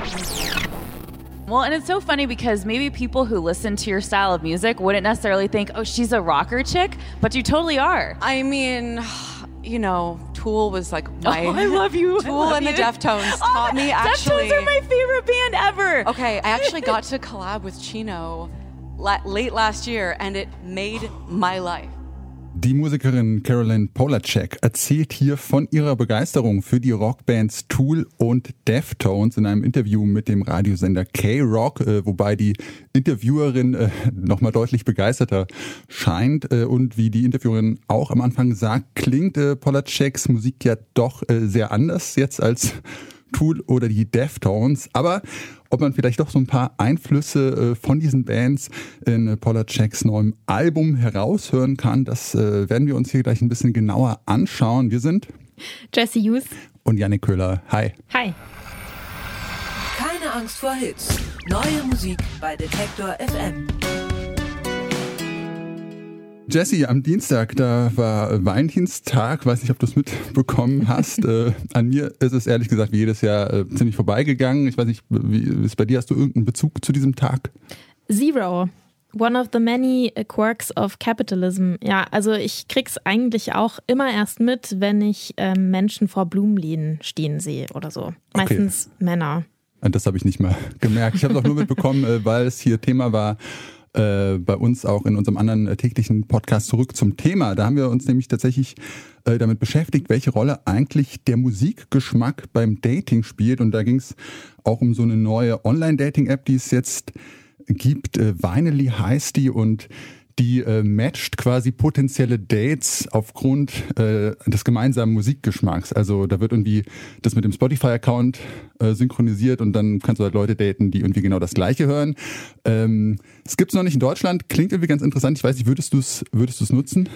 Well, and it's so funny because maybe people who listen to your style of music wouldn't necessarily think, oh, she's a rocker chick, but you totally are. I mean, you know, Tool was like my... Oh, I love you. Tool and the Deftones taught me actually... Deftones are my favorite band ever. Okay, I actually got to collab with Chino late last year and it made my life. Die Musikerin Caroline Polachek erzählt hier von ihrer Begeisterung für die Rockbands Tool und Deftones in einem Interview mit dem Radiosender K-Rock, wobei die Interviewerin nochmal deutlich begeisterter scheint. Und wie die Interviewerin auch am Anfang sagt, klingt Polacheks Musik ja doch sehr anders jetzt als Tool oder die Deftones, aber ob man vielleicht doch so ein paar Einflüsse von diesen Bands in Polacheks neuem Album heraushören kann, das werden wir uns hier gleich ein bisschen genauer anschauen. Wir sind Jessie Hughes und Jannik Köhler. Hi. Hi. Keine Angst vor Hits. Neue Musik bei Detektor FM. Jessie, am Dienstag, da war Valentinstag, weiß nicht, ob du es mitbekommen hast. An mir ist es ehrlich gesagt wie jedes Jahr ziemlich vorbeigegangen. Ich weiß nicht, wie ist es bei dir? Hast du irgendeinen Bezug zu diesem Tag? Zero. One of the many quirks of capitalism. Ja, also ich krieg's eigentlich auch immer erst mit, wenn ich Menschen vor Blumenläden stehen sehe oder so. Meistens okay. Männer. Das habe ich nicht mal gemerkt. Ich habe es auch nur mitbekommen, weil es hier Thema war. Bei uns auch in unserem anderen täglichen Podcast Zurück zum Thema. Da haben wir uns nämlich tatsächlich damit beschäftigt, welche Rolle eigentlich der Musikgeschmack beim Dating spielt. Und da ging es auch um so eine neue Online-Dating-App, die es jetzt gibt. Vinely heißt die und die matcht quasi potenzielle Dates aufgrund des gemeinsamen Musikgeschmacks. Also da wird irgendwie das mit dem Spotify-Account synchronisiert und dann kannst du halt Leute daten, die irgendwie genau das Gleiche hören. Es gibt es noch nicht in Deutschland, klingt irgendwie ganz interessant. Ich weiß nicht, würdest du es nutzen?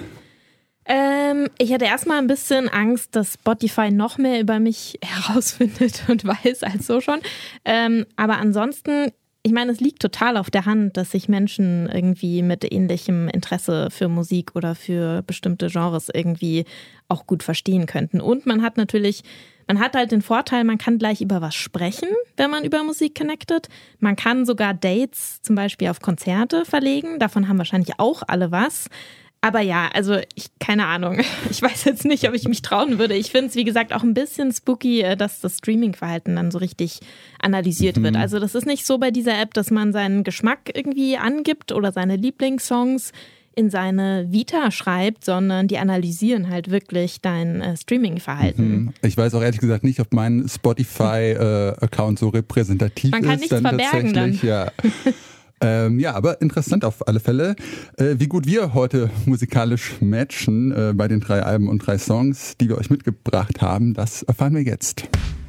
Ich hatte erstmal ein bisschen Angst, dass Spotify noch mehr über mich herausfindet und weiß als so schon. Aber ansonsten, ich meine, es liegt total auf der Hand, dass sich Menschen irgendwie mit ähnlichem Interesse für Musik oder für bestimmte Genres irgendwie auch gut verstehen könnten. Und man hat halt den Vorteil, man kann gleich über was sprechen, wenn man über Musik connectet. Man kann sogar Dates zum Beispiel auf Konzerte verlegen. Davon haben wahrscheinlich auch alle was. Aber ja, also keine Ahnung. Ich weiß jetzt nicht, ob ich mich trauen würde. Ich finde es, wie gesagt, auch ein bisschen spooky, dass das Streaming-Verhalten dann so richtig analysiert wird. Also das ist nicht so bei dieser App, dass man seinen Geschmack irgendwie angibt oder seine Lieblingssongs in seine Vita schreibt, sondern die analysieren halt wirklich dein Streaming-Verhalten. Ich weiß auch ehrlich gesagt nicht, ob mein Spotify-Account so repräsentativ ist. Man kann nichts verbergen tatsächlich. Dann. Ja. Ja, aber interessant auf alle Fälle, wie gut wir heute musikalisch matchen bei den 3 Alben und 3 Songs, die wir euch mitgebracht haben. Das erfahren wir jetzt.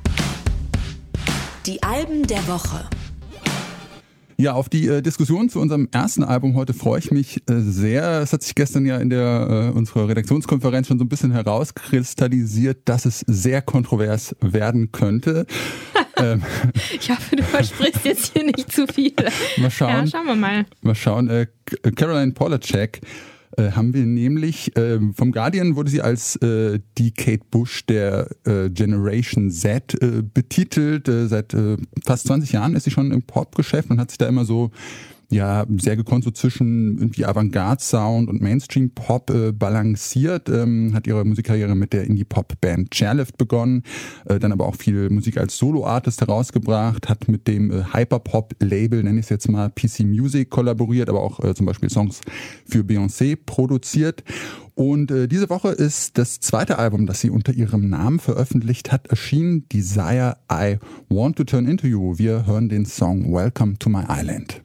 Die Alben der Woche. Ja, auf die Diskussion zu unserem ersten Album heute freue ich mich sehr. Es hat sich gestern ja in unserer Redaktionskonferenz schon so ein bisschen herauskristallisiert, dass es sehr kontrovers werden könnte. Ich hoffe, du versprichst jetzt hier nicht zu viel. Mal schauen. Ja, schauen wir mal. Mal schauen. Caroline Polachek haben wir nämlich, vom Guardian wurde sie als die Kate Bush der Generation Z betitelt. Seit fast 20 Jahren ist sie schon im Popgeschäft und hat sich da immer so sehr gekonnt so zwischen irgendwie Avantgarde-Sound und Mainstream-Pop balanciert. Hat ihre Musikkarriere mit der Indie-Pop-Band Chairlift begonnen, dann aber auch viel Musik als Solo-Artist herausgebracht, hat mit dem Hyperpop-Label, nenne ich es jetzt mal, PC Music kollaboriert, aber auch zum Beispiel Songs für Beyoncé produziert. Und diese Woche ist das zweite Album, das sie unter ihrem Namen veröffentlicht hat, erschienen, Desire, I Want to Turn Into You. Wir hören den Song Welcome to My Island.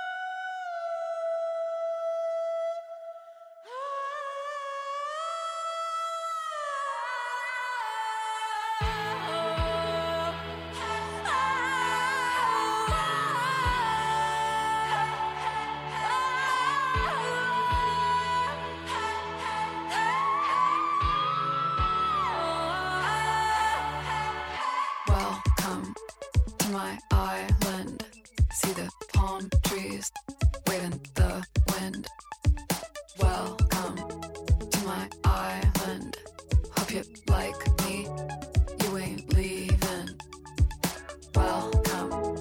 Welcome to my island. See the palm trees wave in the wind. Welcome to my island. Hope you like me. You ain't leaving. Welcome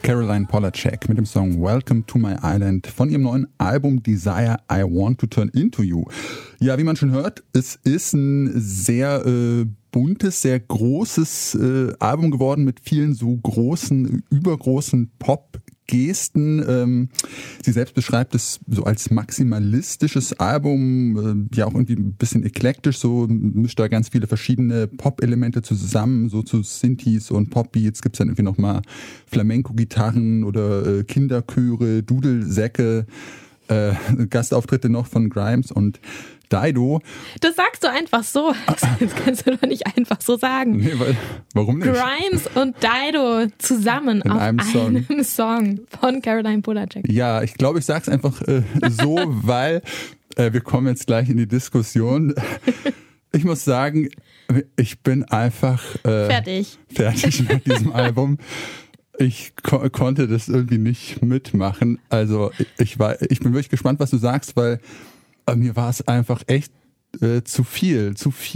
Caroline Polachek mit dem Song Welcome to My Island von ihrem neuen Album Desire I Want to Turn Into You. Ja, wie man schon hört, es ist ein sehr buntes, sehr großes Album geworden mit vielen so großen, übergroßen Pop-Gesten. Sie selbst beschreibt es so als maximalistisches Album, ja auch irgendwie ein bisschen eklektisch, so mischt da ganz viele verschiedene Pop-Elemente zusammen, so zu Synthes und Pop-Beats gibt's dann irgendwie nochmal Flamenco-Gitarren oder Kinderchöre, Dudelsäcke, Gastauftritte noch von Grimes und Dido. Das sagst du einfach so. Das kannst du doch nicht einfach so sagen. Nee, warum nicht? Grimes und Dido zusammen in auf einem Song von Caroline Polachek. Ja, ich glaube, ich sag's einfach so, weil wir kommen jetzt gleich in die Diskussion. Ich muss sagen, ich bin einfach fertig mit diesem Album. Ich konnte das irgendwie nicht mitmachen. Also ich bin wirklich gespannt, was du sagst, weil mir war es einfach echt zu viel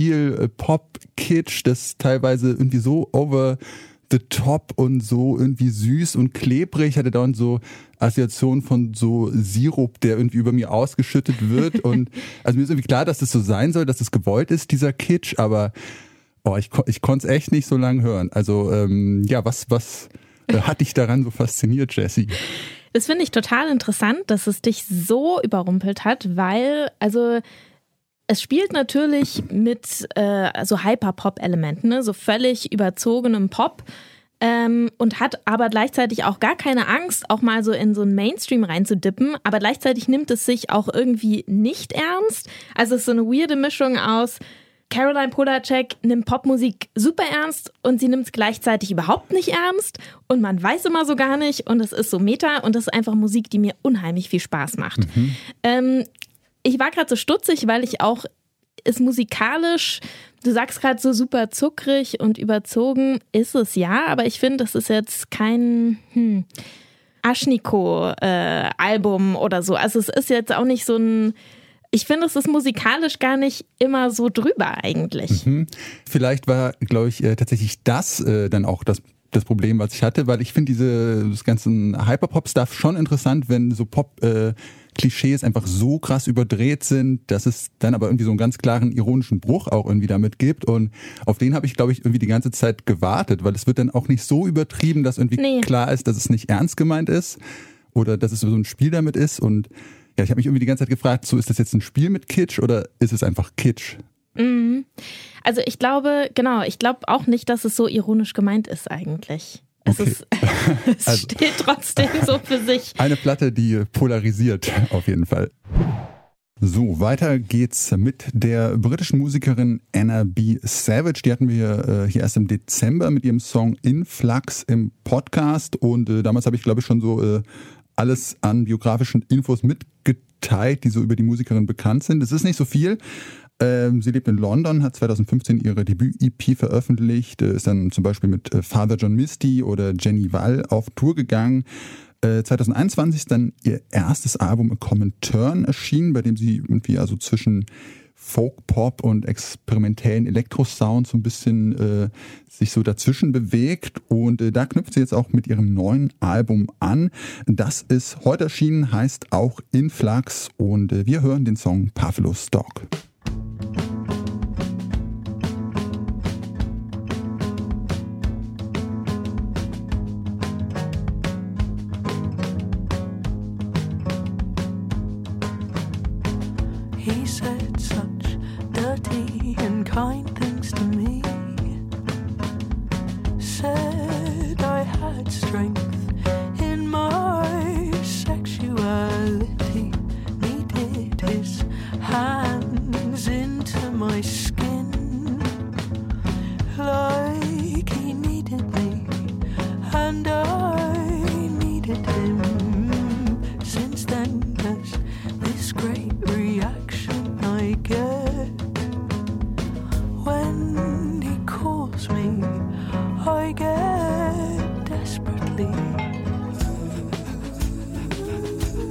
Pop-Kitsch, das teilweise irgendwie so over the top und so irgendwie süß und klebrig. Ich hatte dauernd so Assoziationen von so Sirup, der irgendwie über mir ausgeschüttet wird. Und also mir ist irgendwie klar, dass das so sein soll, dass es gewollt ist, dieser Kitsch, aber ich konnte es echt nicht so lange hören. Also ja, was hat dich daran so fasziniert, Jessie? Das finde ich total interessant, dass es dich so überrumpelt hat, weil, also es spielt natürlich mit so Hyper-Pop-Elementen, ne? So völlig überzogenem Pop und hat aber gleichzeitig auch gar keine Angst, auch mal so in so einen Mainstream reinzudippen, aber gleichzeitig nimmt es sich auch irgendwie nicht ernst. Also es ist so eine weirde Mischung aus Caroline Polachek nimmt Popmusik super ernst und sie nimmt es gleichzeitig überhaupt nicht ernst und man weiß immer so gar nicht und es ist so Meta und das ist einfach Musik, die mir unheimlich viel Spaß macht. Ich war gerade so stutzig, weil ich auch ist musikalisch, du sagst gerade so super zuckrig und überzogen, ist es ja, aber ich finde, das ist jetzt kein Aschniko-Album oder so. Also es ist jetzt auch nicht so ein Ich finde, es ist musikalisch gar nicht immer so drüber eigentlich. Vielleicht war, glaube ich, tatsächlich das dann auch das Problem, was ich hatte, weil ich finde das ganzen Hyperpop-Stuff schon interessant, wenn so Pop-Klischees einfach so krass überdreht sind, dass es dann aber irgendwie so einen ganz klaren ironischen Bruch auch irgendwie damit gibt und auf den habe ich, glaube ich, irgendwie die ganze Zeit gewartet, weil es wird dann auch nicht so übertrieben, dass irgendwie klar ist, dass es nicht ernst gemeint ist oder dass es so ein Spiel damit ist und ja, ich habe mich irgendwie die ganze Zeit gefragt, so ist das jetzt ein Spiel mit Kitsch oder ist es einfach Kitsch? Also ich glaube auch nicht, dass es so ironisch gemeint ist eigentlich. Es steht trotzdem so für sich. Eine Platte, die polarisiert auf jeden Fall. So, weiter geht's mit der britischen Musikerin Anna B. Savage. Die hatten wir hier erst im Dezember mit ihrem Song Influx im Podcast und damals habe ich, glaube ich, schon so alles an biografischen Infos mitgeteilt, die so über die Musikerin bekannt sind. Es ist nicht so viel. Sie lebt in London, hat 2015 ihre Debüt-EP veröffentlicht, ist dann zum Beispiel mit Father John Misty oder Jenny Wall auf Tour gegangen. 2021 ist dann ihr erstes Album A Common Turn erschienen, bei dem sie irgendwie also zwischen Folk, Pop und experimentellen Elektrosound so ein bisschen sich so dazwischen bewegt und da knüpft sie jetzt auch mit ihrem neuen Album an. Das ist heute erschienen, heißt auch Influx und wir hören den Song Pavlov's Dog. He said such dirty and kind things to me. Said I had strength in my sexuality. Needed his hands into my skin, like he needed me and I needed him. Since then there's this great reaction I get when he calls me. I get desperately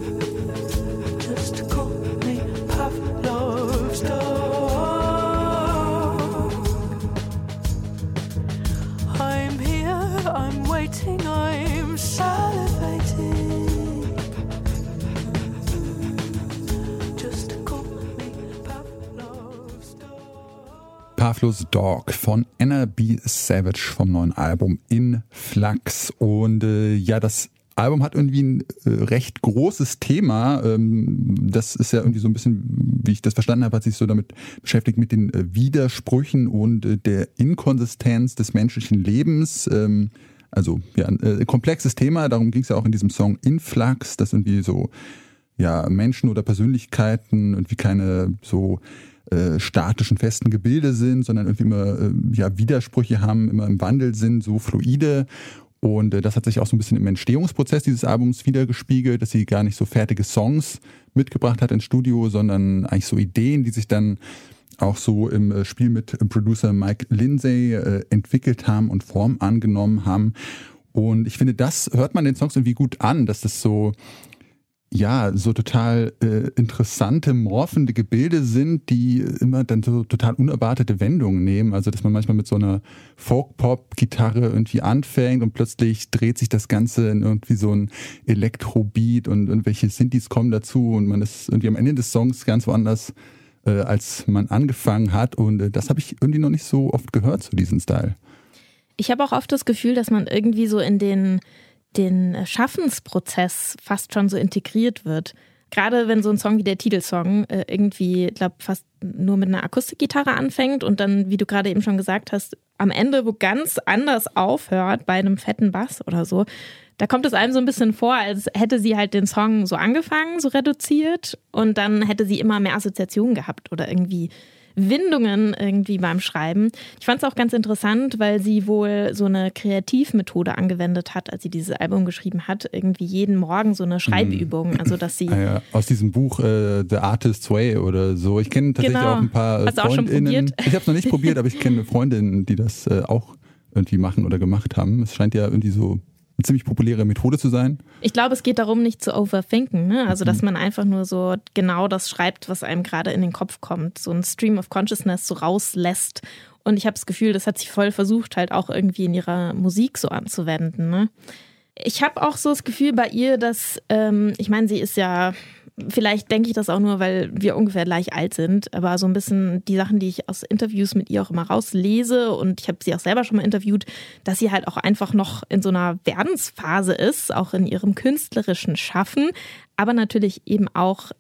just call me Pavlov's dog. Pathless Dog von Anna B. Savage vom neuen Album In Flux. Und das Album hat irgendwie ein recht großes Thema. Das ist ja irgendwie so ein bisschen, wie ich das verstanden habe, hat sich so damit beschäftigt mit den Widersprüchen und der Inkonsistenz des menschlichen Lebens. Also ja, ein komplexes Thema, darum ging es ja auch in diesem Song In Flux, dass irgendwie so Menschen oder Persönlichkeiten irgendwie keine so statischen, festen Gebilde sind, sondern irgendwie immer Widersprüche haben, immer im Wandel sind, so fluide. Und das hat sich auch so ein bisschen im Entstehungsprozess dieses Albums wiedergespiegelt, dass sie gar nicht so fertige Songs mitgebracht hat ins Studio, sondern eigentlich so Ideen, die sich dann auch so im Spiel mit Producer Mike Lindsay entwickelt haben und Form angenommen haben. Und ich finde, das hört man den Songs irgendwie gut an, dass das so total interessante, morphende Gebilde sind, die immer dann so total unerwartete Wendungen nehmen. Also, dass man manchmal mit so einer Folk-Pop-Gitarre irgendwie anfängt und plötzlich dreht sich das Ganze in irgendwie so ein Elektro-Beat und irgendwelche Synthes kommen dazu und man ist irgendwie am Ende des Songs ganz woanders, als man angefangen hat. Und das habe ich irgendwie noch nicht so oft gehört, so diesen Style. Ich habe auch oft das Gefühl, dass man irgendwie so in den Schaffensprozess fast schon so integriert wird. Gerade wenn so ein Song wie der Titelsong irgendwie, ich glaube, fast nur mit einer Akustikgitarre anfängt und dann, wie du gerade eben schon gesagt hast, am Ende wo ganz anders aufhört, bei einem fetten Bass oder so, da kommt es einem so ein bisschen vor, als hätte sie halt den Song so angefangen, so reduziert und dann hätte sie immer mehr Assoziationen gehabt oder irgendwie Windungen irgendwie beim Schreiben. Ich fand es auch ganz interessant, weil sie wohl so eine Kreativmethode angewendet hat, als sie dieses Album geschrieben hat. Irgendwie jeden Morgen so eine Schreibübung. Also, dass sie aus diesem Buch The Artist's Way oder so. Ich kenne tatsächlich auch ein paar Hast du auch schon probiert? Ich habe es noch nicht probiert, aber ich kenne Freundinnen, die das auch irgendwie machen oder gemacht haben. Es scheint ja irgendwie so eine ziemlich populäre Methode zu sein. Ich glaube, es geht darum, nicht zu overthinken, ne? Also, dass man einfach nur so genau das schreibt, was einem gerade in den Kopf kommt. So ein Stream of Consciousness so rauslässt. Und ich habe das Gefühl, das hat sie voll versucht, halt auch irgendwie in ihrer Musik so anzuwenden, ne? Ich habe auch so das Gefühl bei ihr, dass, ich meine, sie ist ja, vielleicht denke ich das auch nur, weil wir ungefähr gleich alt sind, aber so ein bisschen die Sachen, die ich aus Interviews mit ihr auch immer rauslese und ich habe sie auch selber schon mal interviewt, dass sie halt auch einfach noch in so einer Werdensphase ist, auch in ihrem künstlerischen Schaffen, aber natürlich eben auch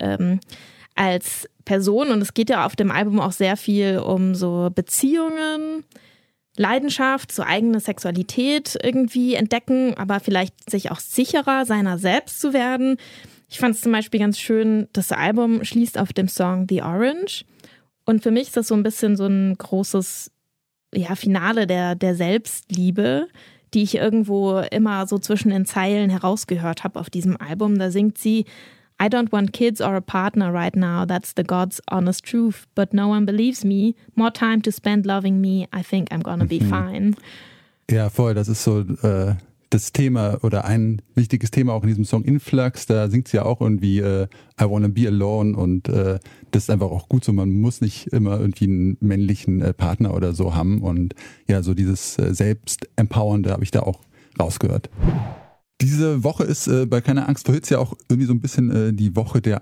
als Person und es geht ja auf dem Album auch sehr viel um so Beziehungen, Leidenschaft, so eigene Sexualität irgendwie entdecken, aber vielleicht sich auch sicherer seiner selbst zu werden. Ich fand es zum Beispiel ganz schön, das Album schließt auf dem Song The Orange. Und für mich ist das so ein bisschen so ein großes Finale der Selbstliebe, die ich irgendwo immer so zwischen den Zeilen herausgehört habe auf diesem Album. Da singt sie: I don't want kids or a partner right now, that's the God's honest truth, but no one believes me. More time to spend loving me, I think I'm gonna be fine. Ja, voll, das ist so das Thema oder ein wichtiges Thema auch in diesem Song In Flux, da singt sie ja auch irgendwie I wanna be alone und das ist einfach auch gut so, man muss nicht immer irgendwie einen männlichen Partner oder so haben und ja, so dieses Selbstempowernde habe ich da auch rausgehört. Diese Woche ist bei Keine Angst vor Hits ja auch irgendwie so ein bisschen die Woche der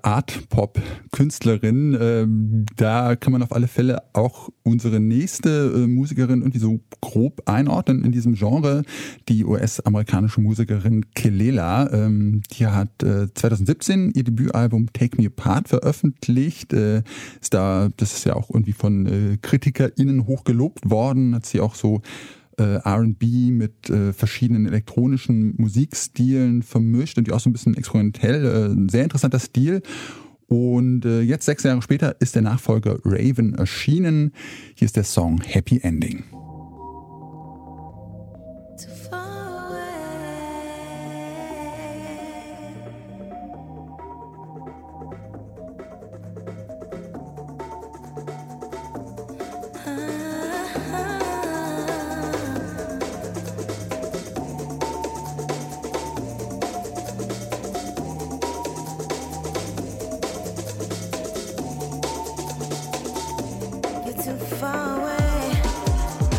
Art-Pop-Künstlerin. Da kann man auf alle Fälle auch unsere nächste Musikerin irgendwie so grob einordnen in diesem Genre. Die US-amerikanische Musikerin Kelela. Die hat 2017 ihr Debütalbum Take Me Apart veröffentlicht. Das ist ja auch irgendwie von KritikerInnen hoch gelobt worden. Hat sie auch so R&B mit verschiedenen elektronischen Musikstilen vermischt und auch so ein bisschen experimentell. Ein sehr interessanter Stil. Und jetzt 6 Jahre später ist der Nachfolger Raven erschienen. Hier ist der Song Happy Ending. Too far away.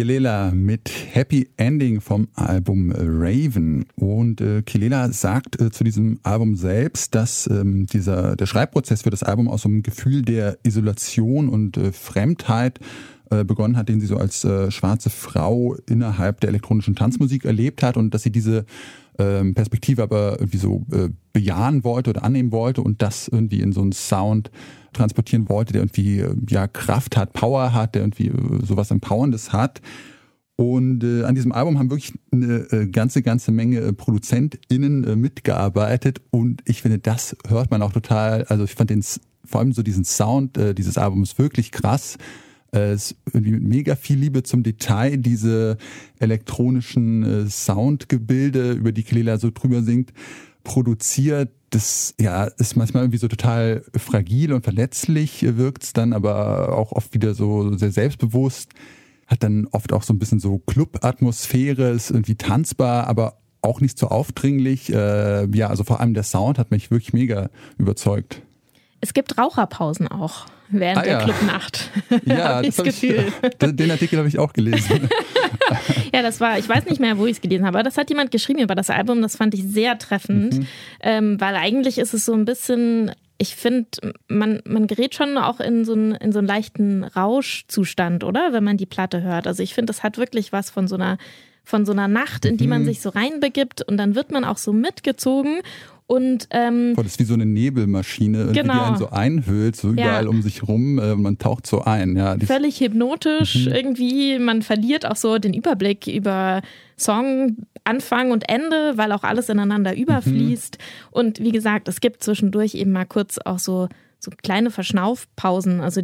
Kelela mit Happy Ending vom Album Raven. Und Kelela sagt zu diesem Album selbst, dass der Schreibprozess für das Album aus so einem Gefühl der Isolation und Fremdheit begonnen hat, den sie so als schwarze Frau innerhalb der elektronischen Tanzmusik erlebt hat und dass sie diese Perspektive aber irgendwie so bejahen wollte oder annehmen wollte und das irgendwie in so einen Sound transportieren wollte, der irgendwie Kraft hat, Power hat, der irgendwie sowas Empowerndes hat. Und an diesem Album haben wirklich eine ganze Menge ProduzentInnen mitgearbeitet und ich finde, das hört man auch total, also ich fand vor allem so diesen Sound dieses Albums wirklich krass. Es ist irgendwie mit mega viel Liebe zum Detail, diese elektronischen Soundgebilde, über die Kelela so drüber singt, produziert. Das ist manchmal irgendwie so total fragil und verletzlich, wirkt es dann aber auch oft wieder so sehr selbstbewusst, hat dann oft auch so ein bisschen so Club-Atmosphäre, ist irgendwie tanzbar, aber auch nicht so aufdringlich. Also vor allem der Sound hat mich wirklich mega überzeugt. Es gibt Raucherpausen auch während der Clubnacht. Ja, das Gefühl. Den Artikel habe ich auch gelesen. Ja, ich weiß nicht mehr, wo ich es gelesen habe, aber das hat jemand geschrieben über das Album, das fand ich sehr treffend, weil eigentlich ist es so ein bisschen, ich finde, man gerät schon auch in so einen leichten Rauschzustand, oder? Wenn man die Platte hört. Also ich finde, das hat wirklich was von so einer Nacht, in die man sich so reinbegibt und dann wird man auch so mitgezogen. Und, das ist wie so eine Nebelmaschine, die einen so einhüllt, so überall um sich rum, man taucht so ein. Ja, völlig hypnotisch irgendwie, man verliert auch so den Überblick über Song, Anfang und Ende, weil auch alles ineinander überfließt. Und wie gesagt, es gibt zwischendurch eben mal kurz auch so kleine Verschnaufpausen, also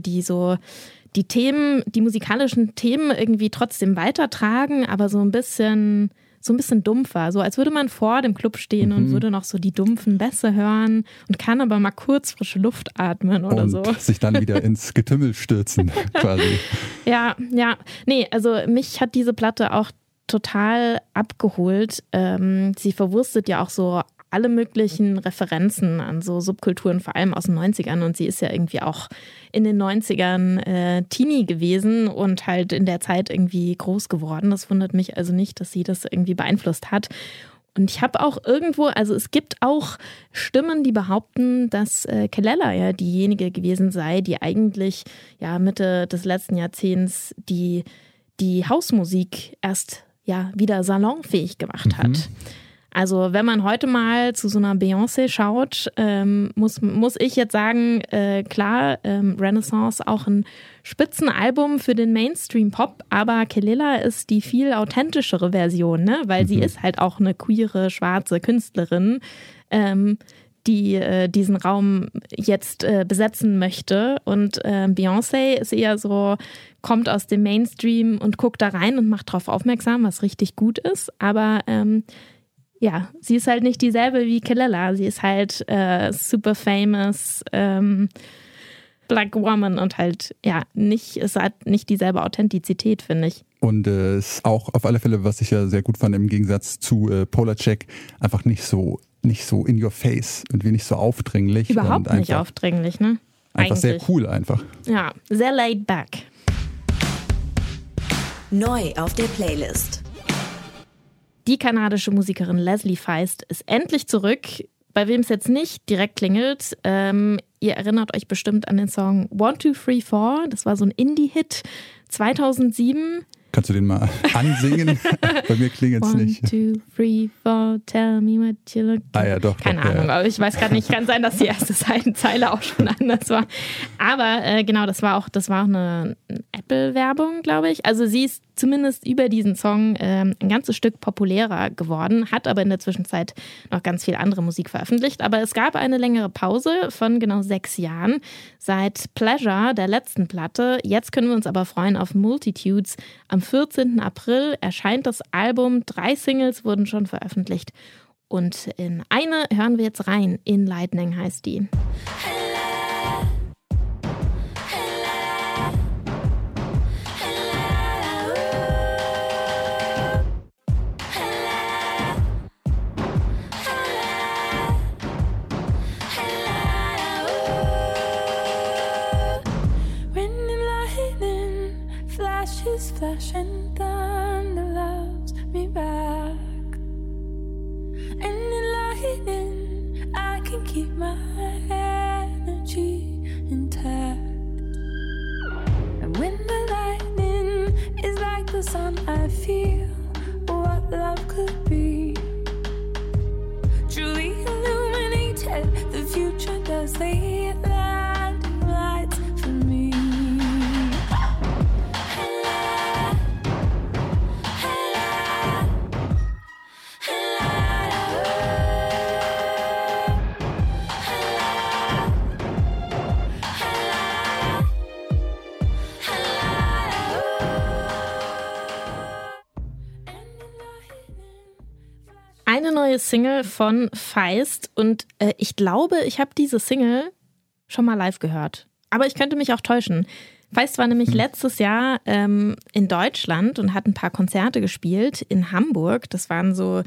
die Themen, die musikalischen Themen irgendwie trotzdem weitertragen, aber so ein bisschen dumpfer, so als würde man vor dem Club stehen und würde noch so die dumpfen Bässe hören und kann aber mal kurz frische Luft atmen oder und so. Und sich dann wieder ins Getümmel stürzen quasi. Ja. Nee, also mich hat diese Platte auch total abgeholt. Sie verwurstet ja auch so alle möglichen Referenzen an so Subkulturen, vor allem aus den 90ern. Und sie ist ja irgendwie auch in den 90ern Teenie gewesen und halt in der Zeit irgendwie groß geworden. Das wundert mich also nicht, dass sie das irgendwie beeinflusst hat. Und ich habe auch irgendwo, also es gibt auch Stimmen, die behaupten, dass Kelela ja diejenige gewesen sei, die eigentlich Mitte des letzten Jahrzehnts die Hausmusik erst wieder salonfähig gemacht hat. Also wenn man heute mal zu so einer Beyoncé schaut, muss ich jetzt sagen, klar, Renaissance auch ein Spitzenalbum für den Mainstream-Pop, aber Kelela ist die viel authentischere Version, ne? Weil sie ist halt auch eine queere, schwarze Künstlerin, die diesen Raum jetzt besetzen möchte. Und Beyoncé ist eher so, kommt aus dem Mainstream und guckt da rein und macht darauf aufmerksam, was richtig gut ist, aber sie ist halt nicht dieselbe wie Kelela. Sie ist halt super famous Black Woman und halt, es hat nicht dieselbe Authentizität, finde ich. Und es ist auch auf alle Fälle, was ich ja sehr gut fand, im Gegensatz zu Polacek, einfach nicht so in your face, irgendwie nicht so aufdringlich. Überhaupt und nicht aufdringlich, ne? Einfach sehr cool einfach. Ja, sehr laid back. Neu auf der Playlist. Die kanadische Musikerin Leslie Feist ist endlich zurück. Bei wem es jetzt nicht direkt klingelt, ihr erinnert euch bestimmt an den Song 1, 2, 3, 4. Das war so ein Indie-Hit 2007. Kannst du den mal ansingen? Bei mir klingelt es nicht. 1, 2, 3, 4, tell me what you look like. Ja, doch. Keine Ahnung, aber ich weiß gerade nicht. Kann sein, dass die erste Seitenzeile auch schon anders war. Aber genau, das war auch eine Apple-Werbung, glaube ich. Also sie ist zumindest über diesen Song ein ganzes Stück populärer geworden, hat aber in der Zwischenzeit noch ganz viel andere Musik veröffentlicht. Aber es gab eine längere Pause von genau 6 Jahren seit Pleasure, der letzten Platte. Jetzt können wir uns aber freuen auf Multitudes. Am 14. April erscheint das Album. 3 Singles wurden schon veröffentlicht. Und in eine hören wir jetzt rein. In Lightning heißt die. Flash and thunder. my energy intact. And when the lightning is like the sun, I feel what love could be. Truly illuminated, the future does the landing lights for me. Eine neue Single von Feist und ich glaube, ich habe diese Single schon mal live gehört. Aber ich könnte mich auch täuschen. Feist war nämlich letztes Jahr in Deutschland und hat ein paar Konzerte gespielt in Hamburg. Das waren so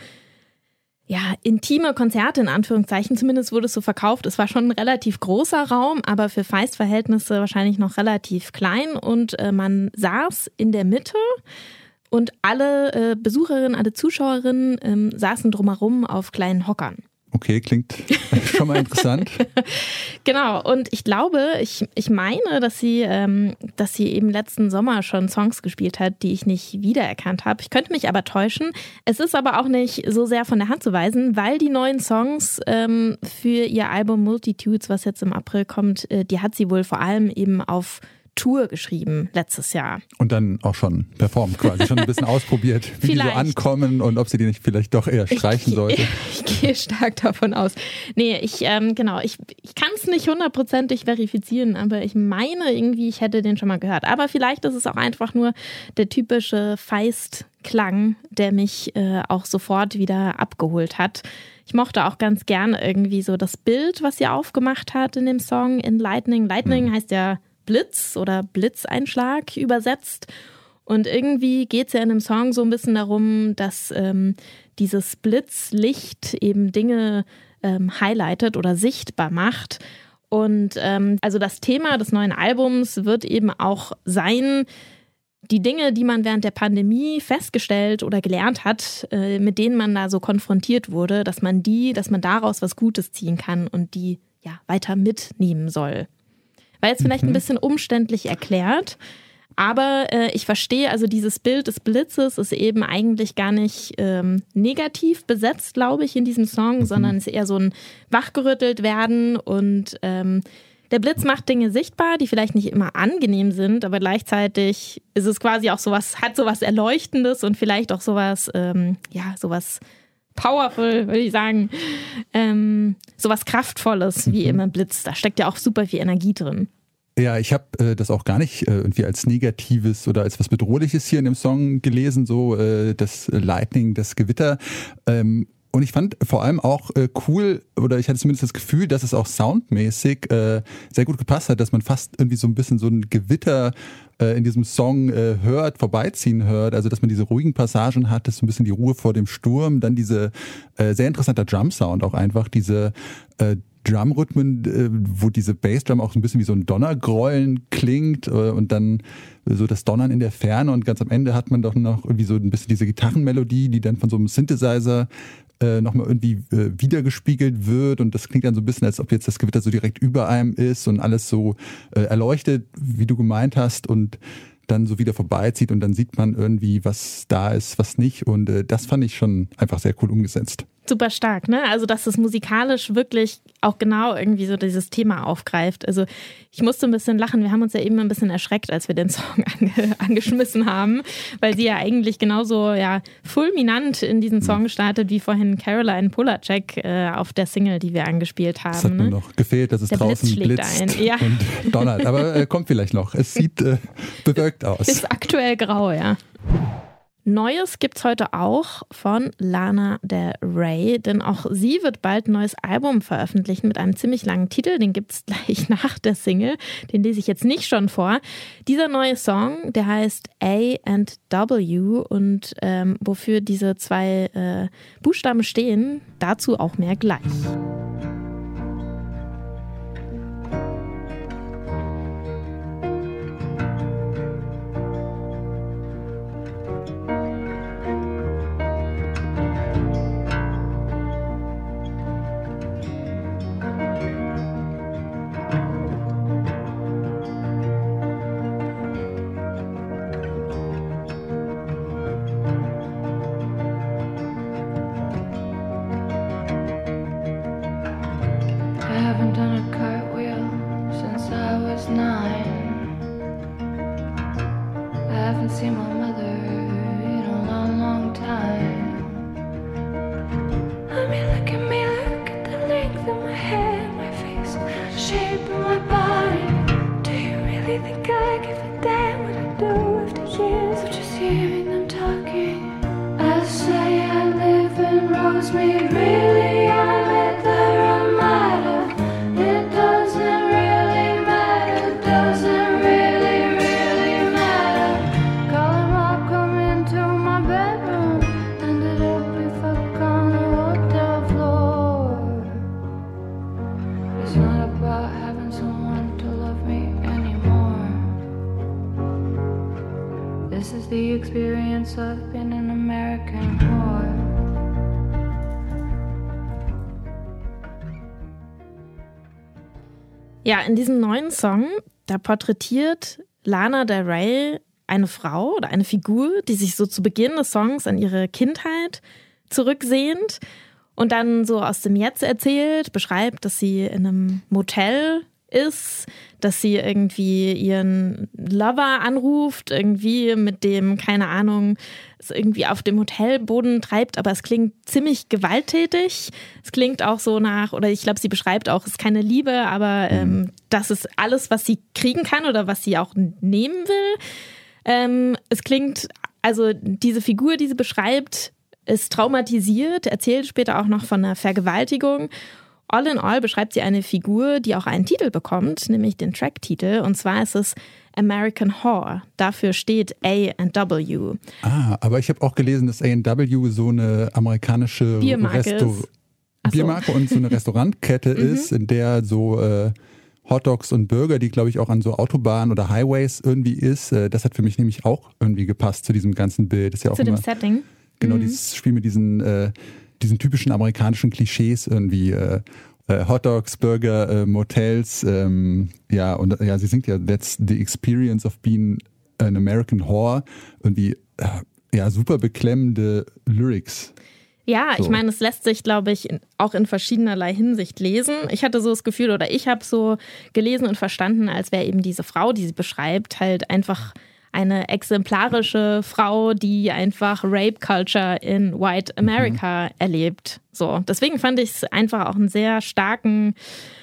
intime Konzerte in Anführungszeichen. Zumindest wurde es so verkauft. Es war schon ein relativ großer Raum, aber für Feist-Verhältnisse wahrscheinlich noch relativ klein. Und man saß in der Mitte. Und alle Besucherinnen, alle Zuschauerinnen saßen drumherum auf kleinen Hockern. Okay, klingt schon mal interessant. Genau, und ich glaube, ich meine, dass sie eben letzten Sommer schon Songs gespielt hat, die ich nicht wiedererkannt habe. Ich könnte mich aber täuschen. Es ist aber auch nicht so sehr von der Hand zu weisen, weil die neuen Songs für ihr Album Multitudes, was jetzt im April kommt, die hat sie wohl vor allem eben auf Tour geschrieben letztes Jahr. Und dann auch schon performt quasi, schon ein bisschen ausprobiert, wie die so ankommen und ob sie die nicht vielleicht doch eher streichen sollte. Ich gehe stark davon aus. Nee, ich kann es nicht hundertprozentig verifizieren, aber ich meine irgendwie, ich hätte den schon mal gehört. Aber vielleicht ist es auch einfach nur der typische Feist-Klang, der mich auch sofort wieder abgeholt hat. Ich mochte auch ganz gerne irgendwie so das Bild, was sie aufgemacht hat in dem Song in Lightning. Lightning heißt ja Blitz oder Blitzeinschlag übersetzt. Und irgendwie geht es ja in dem Song so ein bisschen darum, dass dieses Blitzlicht eben Dinge highlightet oder sichtbar macht. Und also das Thema des neuen Albums wird eben auch sein, die Dinge, die man während der Pandemie festgestellt oder gelernt hat, mit denen man da so konfrontiert wurde, dass man daraus was Gutes ziehen kann und die weiter mitnehmen soll. War jetzt vielleicht ein bisschen umständlich erklärt, aber ich verstehe, also dieses Bild des Blitzes ist eben eigentlich gar nicht negativ besetzt, glaube ich, in diesem Song, sondern es ist eher so ein wachgerüttelt werden und der Blitz macht Dinge sichtbar, die vielleicht nicht immer angenehm sind, aber gleichzeitig ist es quasi auch hat sowas Erleuchtendes und vielleicht auch sowas powerful, würde ich sagen. Sowas Kraftvolles wie im Blitz. Da steckt ja auch super viel Energie drin. Ja, ich habe das auch gar nicht irgendwie als Negatives oder als was Bedrohliches hier in dem Song gelesen, so das Lightning, das Gewitter. Und ich fand vor allem auch cool, oder ich hatte zumindest das Gefühl, dass es auch soundmäßig sehr gut gepasst hat, dass man fast irgendwie so ein bisschen so ein Gewitter in diesem Song vorbeiziehen hört. Also dass man diese ruhigen Passagen hat, das ist so ein bisschen die Ruhe vor dem Sturm. Dann diese sehr interessanter Drum-Sound auch einfach, diese Drumrhythmen, wo diese Bassdrum auch so ein bisschen wie so ein Donnergrollen klingt und dann so das Donnern in der Ferne und ganz am Ende hat man doch noch irgendwie so ein bisschen diese Gitarrenmelodie, die dann von so einem Synthesizer nochmal irgendwie wiedergespiegelt wird und das klingt dann so ein bisschen, als ob jetzt das Gewitter so direkt über einem ist und alles so erleuchtet, wie du gemeint hast und dann so wieder vorbeizieht und dann sieht man irgendwie, was da ist, was nicht und das fand ich schon einfach sehr cool umgesetzt. Super stark, ne? Also, dass es musikalisch wirklich auch genau irgendwie so dieses Thema aufgreift. Also, ich musste ein bisschen lachen. Wir haben uns ja eben ein bisschen erschreckt, als wir den Song angeschmissen haben, weil sie ja eigentlich genauso fulminant in diesen Song startet, wie vorhin Caroline Polacek auf der Single, die wir angespielt haben. Das hat nur noch gefehlt, dass es der draußen blitzt und donnert. Aber kommt vielleicht noch. Es sieht bewölkt aus. Ist aktuell grau, ja. Neues gibt's heute auch von Lana Del Rey, denn auch sie wird bald ein neues Album veröffentlichen mit einem ziemlich langen Titel, den gibt's gleich nach der Single, den lese ich jetzt nicht schon vor. Dieser neue Song, der heißt A&W und wofür diese zwei Buchstaben stehen, dazu auch mehr gleich. shape of my body. Do you really think I give a damn what I do after years of just hearing them talking? I say I live in Rosemead, really I'm at the Ramada. It doesn't really matter, doesn't really, really matter. Call him up, come into my bedroom, ended up we fuck on the hotel floor. It's not about having someone to love me anymore. This is the experience of being an American whore. Ja, in diesem neuen Song, da porträtiert Lana Del Rey eine Frau oder eine Figur, die sich so zu Beginn des Songs an ihre Kindheit zurücksehnt und dann so aus dem Jetzt erzählt, beschreibt, dass sie in einem Motel ist, dass sie irgendwie ihren Lover anruft, irgendwie mit dem, keine Ahnung, es irgendwie auf dem Hotelboden treibt, aber es klingt ziemlich gewalttätig. Es klingt auch so nach, oder ich glaube, sie beschreibt auch, es ist keine Liebe, aber das ist alles, was sie kriegen kann oder was sie auch nehmen will. Es klingt, also diese Figur, die sie beschreibt, ist traumatisiert, erzählt später auch noch von einer Vergewaltigung. All in all beschreibt sie eine Figur, die auch einen Titel bekommt, nämlich den Tracktitel. Und zwar ist es American Whore. Dafür steht A&W. Aber ich habe auch gelesen, dass A&W so eine amerikanische Biermarke Biermarke und so eine Restaurantkette ist, in der so Hotdogs und Burger, die glaube ich auch an so Autobahnen oder Highways irgendwie ist. Das hat für mich nämlich auch irgendwie gepasst zu diesem ganzen Bild. Das ist ja auch zu dem Setting. Genau, dieses Spiel mit diesen typischen amerikanischen Klischees irgendwie. Hotdogs, Burger, Motels, sie singt ja That's the experience of being an American whore. Irgendwie, super beklemmende Lyrics. Ja, So. Ich meine, es lässt sich, glaube ich, auch in verschiedenerlei Hinsicht lesen. Ich hatte so das Gefühl, oder ich habe so gelesen und verstanden, als wäre eben diese Frau, die sie beschreibt, halt einfach eine exemplarische Frau, die einfach Rape Culture in White America erlebt. So, deswegen fand ich es einfach auch ein sehr starkes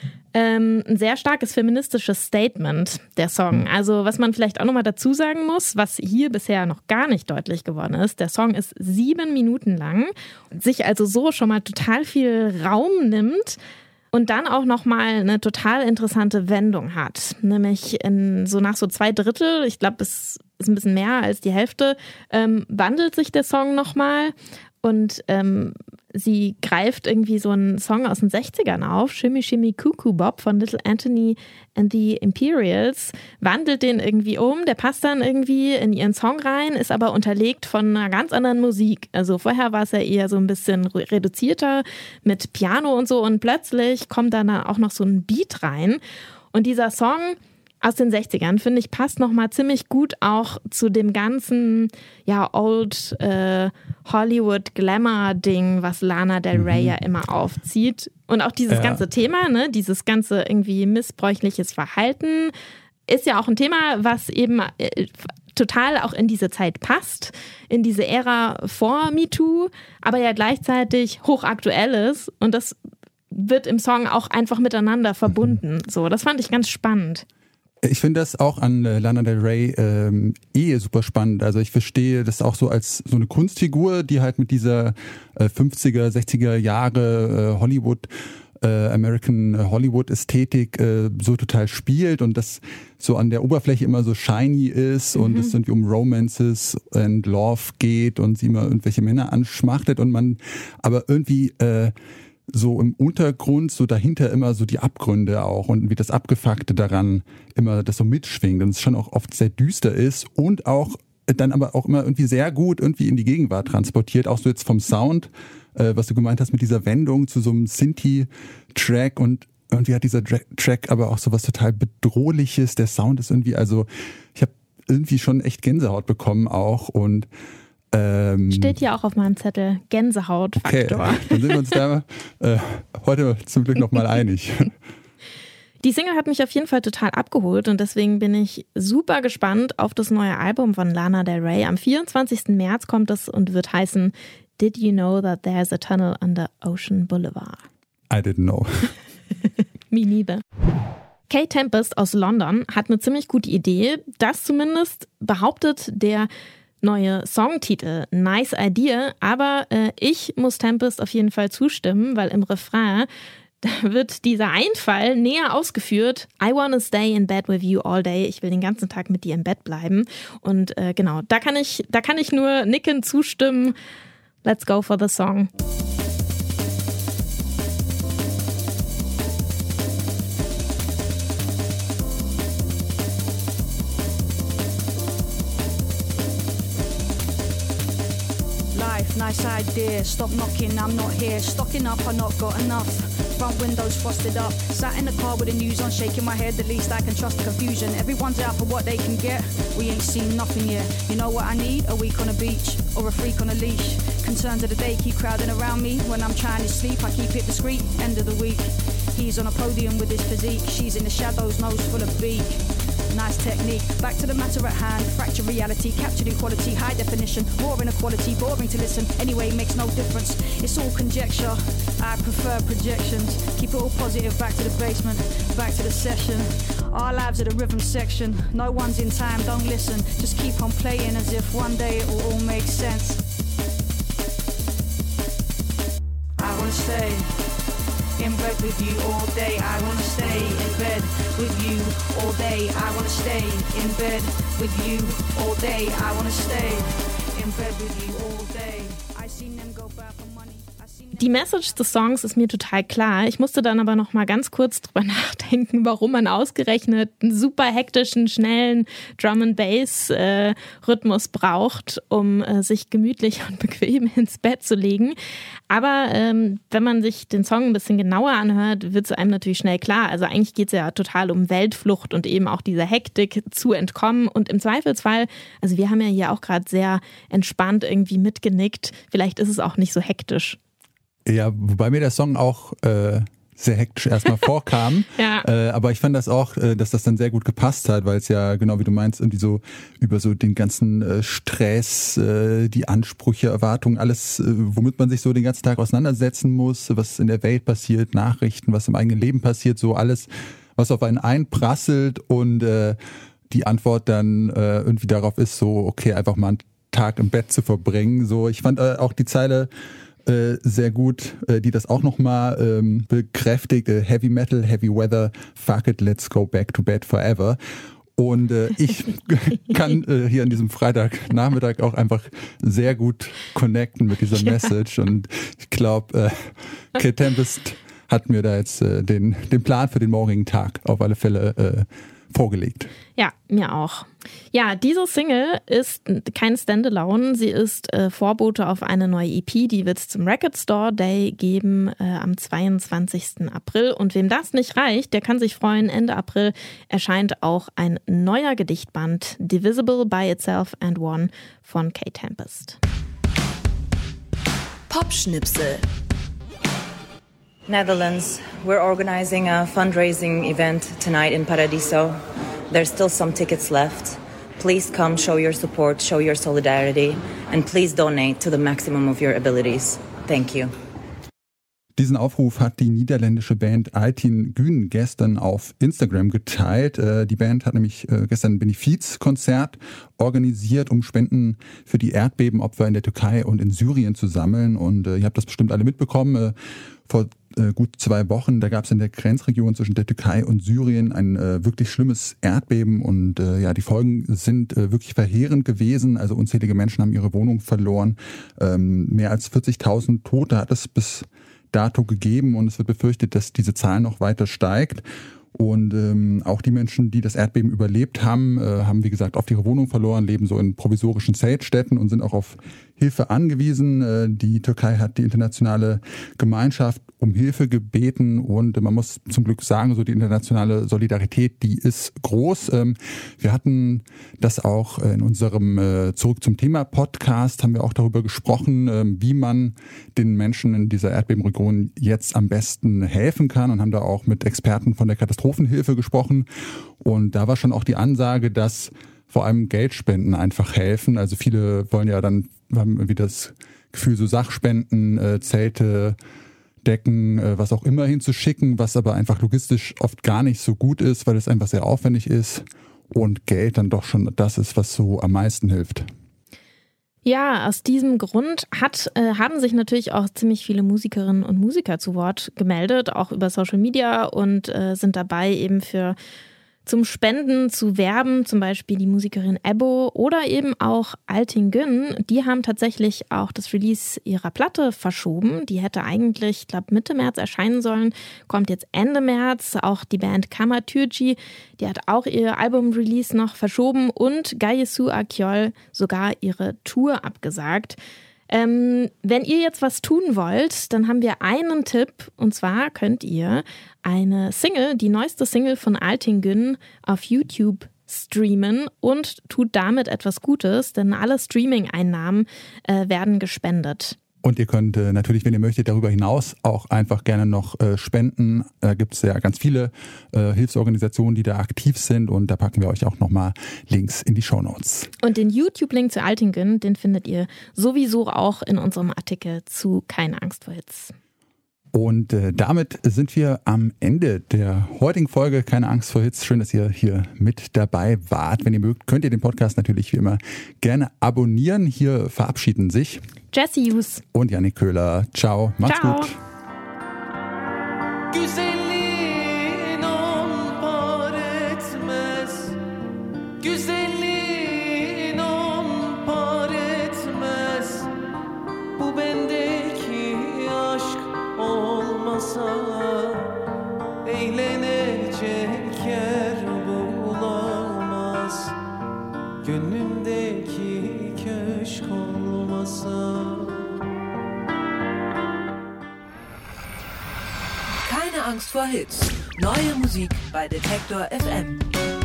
feministisches Statement, der Song. Also was man vielleicht auch nochmal dazu sagen muss, was hier bisher noch gar nicht deutlich geworden ist, der Song ist 7 Minuten lang, sich also so schon mal total viel Raum nimmt und dann auch nochmal eine total interessante Wendung hat. Nämlich nach so 2/3, ich glaube, es ist ein bisschen mehr als die Hälfte, wandelt sich der Song nochmal und sie greift irgendwie so einen Song aus den 60ern auf, Shimmy Shimmy Cuckoo Bob von Little Anthony and the Imperials, wandelt den irgendwie um, der passt dann irgendwie in ihren Song rein, ist aber unterlegt von einer ganz anderen Musik. Also vorher war es ja eher so ein bisschen reduzierter mit Piano und so und plötzlich kommt dann auch noch so ein Beat rein und dieser Song aus den 60ern, finde ich, passt nochmal ziemlich gut auch zu dem ganzen, Old Hollywood Glamour-Ding, was Lana Del Rey ja immer aufzieht. Und auch dieses ganze Thema, ne, dieses ganze irgendwie missbräuchliches Verhalten, ist ja auch ein Thema, was eben total auch in diese Zeit passt, in diese Ära vor MeToo, aber ja gleichzeitig hochaktuell ist. Und das wird im Song auch einfach miteinander verbunden. So, das fand ich ganz spannend. Ich finde das auch an Lana Del Rey super spannend. Also ich verstehe das auch so als so eine Kunstfigur, die halt mit dieser 50er, 60er Jahre American Hollywood Ästhetik so total spielt und das so an der Oberfläche immer so shiny ist und es irgendwie um Romances and Love geht und sie immer irgendwelche Männer anschmachtet und man aber irgendwie so im Untergrund, so dahinter immer so die Abgründe auch und wie das Abgefuckte daran immer das so mitschwingt und es schon auch oft sehr düster ist und auch dann aber auch immer irgendwie sehr gut irgendwie in die Gegenwart transportiert, auch so jetzt vom Sound, was du gemeint hast mit dieser Wendung zu so einem Synthi-Track und irgendwie hat dieser Track aber auch so was total Bedrohliches, der Sound ist irgendwie, also ich habe irgendwie schon echt Gänsehaut bekommen auch und steht hier auch auf meinem Zettel, Gänsehautfaktor. Okay, dann sind wir uns da heute zum Glück nochmal einig. Die Single hat mich auf jeden Fall total abgeholt und deswegen bin ich super gespannt auf das neue Album von Lana Del Rey. Am 24. März kommt es und wird heißen Did You Know That There's a Tunnel Under Ocean Boulevard? I didn't know. Me neither. Kate Tempest aus London hat eine ziemlich gute Idee. Das zumindest behauptet der neue Songtitel Nice Idea. Aber ich muss Tempest auf jeden Fall zustimmen, weil im Refrain wird dieser Einfall näher ausgeführt. I wanna stay in bed with you all day. Ich will den ganzen Tag mit dir im Bett bleiben. Und genau, da kann ich nur nickend zustimmen. Let's go for the song. Nice idea, stop knocking, I'm not here. Stocking up, I not got enough. Front windows frosted up. Sat in the car with the news on, shaking my head. The least I can trust the confusion. Everyone's out for what they can get. We ain't seen nothing yet. You know what I need? A week on a beach or a freak on a leash. Concerns of the day keep crowding around me. When I'm trying to sleep, I keep it discreet. End of the week. He's on a podium with his physique. She's in the shadows, nose full of beak. Nice technique. Back to the matter at hand. Fracture reality, captured equality, high definition. More inequality, boring to listen. Anyway, makes no difference. It's all conjecture. I prefer projections. Keep it all positive. Back to the basement. Back to the session. Our lives are the rhythm section. No one's in time, don't listen. Just keep on playing as if one day it will all make sense. I wanna stay in bed with you all day. I wanna stay in bed with you all day. I wanna stay in bed with you all day. I wanna stay in bed with you all day. I seen them go back for money. Die Message des Songs ist mir total klar. Ich musste dann aber noch mal ganz kurz drüber nachdenken, warum man ausgerechnet einen super hektischen, schnellen Drum-and-Bass-Rhythmus braucht, um sich gemütlich und bequem ins Bett zu legen. Aber wenn man sich den Song ein bisschen genauer anhört, wird es einem natürlich schnell klar. Also eigentlich geht es ja total um Weltflucht und eben auch dieser Hektik zu entkommen. Und im Zweifelsfall, also wir haben ja hier auch gerade sehr entspannt irgendwie mitgenickt. Vielleicht ist es auch nicht so hektisch. Ja, wobei mir der Song auch sehr hektisch erstmal vorkam. Ja. Aber ich fand das auch, dass das dann sehr gut gepasst hat, weil es ja, genau wie du meinst, irgendwie so über so den ganzen Stress, die Ansprüche, Erwartungen, alles, womit man sich so den ganzen Tag auseinandersetzen muss, was in der Welt passiert, Nachrichten, was im eigenen Leben passiert, so alles, was auf einen einprasselt und die Antwort dann irgendwie darauf ist, so, okay, einfach mal einen Tag im Bett zu verbringen. So, ich fand auch die Zeile sehr gut, die das auch nochmal bekräftigt. Heavy Metal, Heavy Weather, fuck it, let's go back to bed forever. Und ich kann hier an diesem Freitagnachmittag auch einfach sehr gut connecten mit dieser Message. Und ich glaube, Kate Tempest hat mir da jetzt den Plan für den morgigen Tag auf alle Fälle vorgelegt. Ja, mir auch. Ja, diese Single ist kein Standalone. Sie ist Vorbote auf eine neue EP, die wird es zum Record Store Day geben am 22. April. Und wem das nicht reicht, der kann sich freuen. Ende April erscheint auch ein neuer Gedichtband, Divisible by Itself and One von Kate Tempest. Popschnipsel. Netherlands, we're organizing a fundraising event tonight in Paradiso. There's still some tickets left. Please come, show your support, show your solidarity, and please donate to the maximum of your abilities. Thank you. Diesen Aufruf hat die niederländische Band Altin Gün gestern auf Instagram geteilt. Die Band hat nämlich gestern ein Benefizkonzert organisiert, um Spenden für die Erdbebenopfer in der Türkei und in Syrien zu sammeln. Und ihr habt das bestimmt alle mitbekommen. Vor gut 2 Wochen, da gab es in der Grenzregion zwischen der Türkei und Syrien ein wirklich schlimmes Erdbeben. Und ja, die Folgen sind wirklich verheerend gewesen. Also unzählige Menschen haben ihre Wohnung verloren. Mehr als 40.000 Tote hat es bis dato gegeben und es wird befürchtet, dass diese Zahl noch weiter steigt. Und auch die Menschen, die das Erdbeben überlebt haben, haben wie gesagt oft ihre Wohnung verloren, leben so in provisorischen Zeltstätten und sind auch auf Hilfe angewiesen. Die Türkei hat die internationale Gemeinschaft um Hilfe gebeten und man muss zum Glück sagen, so die internationale Solidarität, die ist groß. Wir hatten das auch in unserem Zurück zum Thema Podcast, haben wir auch darüber gesprochen, wie man den Menschen in dieser Erdbebenregion jetzt am besten helfen kann und haben da auch mit Experten von der Katastrophenhilfe gesprochen. Und da war schon auch die Ansage, dass vor allem Geldspenden einfach helfen. Also viele wollen ja dann, haben irgendwie das Gefühl, so Sachspenden, Zelte, Decken, was auch immer hinzuschicken, was aber einfach logistisch oft gar nicht so gut ist, weil es einfach sehr aufwendig ist und Geld dann doch schon das ist, was so am meisten hilft. Ja, aus diesem Grund haben sich natürlich auch ziemlich viele Musikerinnen und Musiker zu Wort gemeldet, auch über Social Media und sind dabei eben zum Spenden zu werben, zum Beispiel die Musikerin Ebbo oder eben auch Altin Gün. Die haben tatsächlich auch das Release ihrer Platte verschoben. Die hätte eigentlich, ich glaube, Mitte März erscheinen sollen, kommt jetzt Ende März. Auch die Band Kamatürji, die hat auch ihr Album-Release noch verschoben und Gayesu Akyol sogar ihre Tour abgesagt. Wenn ihr jetzt was tun wollt, dann haben wir einen Tipp und zwar könnt ihr eine Single, die neueste Single von Altin Gün auf YouTube streamen und tut damit etwas Gutes, denn alle Streaming-Einnahmen werden gespendet. Und ihr könnt natürlich, wenn ihr möchtet, darüber hinaus auch einfach gerne noch spenden. Da gibt es ja ganz viele Hilfsorganisationen, die da aktiv sind und da packen wir euch auch nochmal Links in die Shownotes. Und den YouTube-Link zu Altin Gün, den findet ihr sowieso auch in unserem Artikel zu Keine Angst vor Hits. Und damit sind wir am Ende der heutigen Folge Keine Angst vor Hits. Schön, dass ihr hier mit dabei wart. Wenn ihr mögt, könnt ihr den Podcast natürlich wie immer gerne abonnieren. Hier verabschieden sich Jesse Hughes und Jannik Köhler. Ciao, macht's Ciao. gut. Güzelliğin on par etmez, güzelliğin on par etmez. Bu bendeki aşk olmasa eğlenecek yer bulamaz. Gönlümdeki köşk olmasa. Keine Angst vor Hits. Neue Musik bei Detektor FM.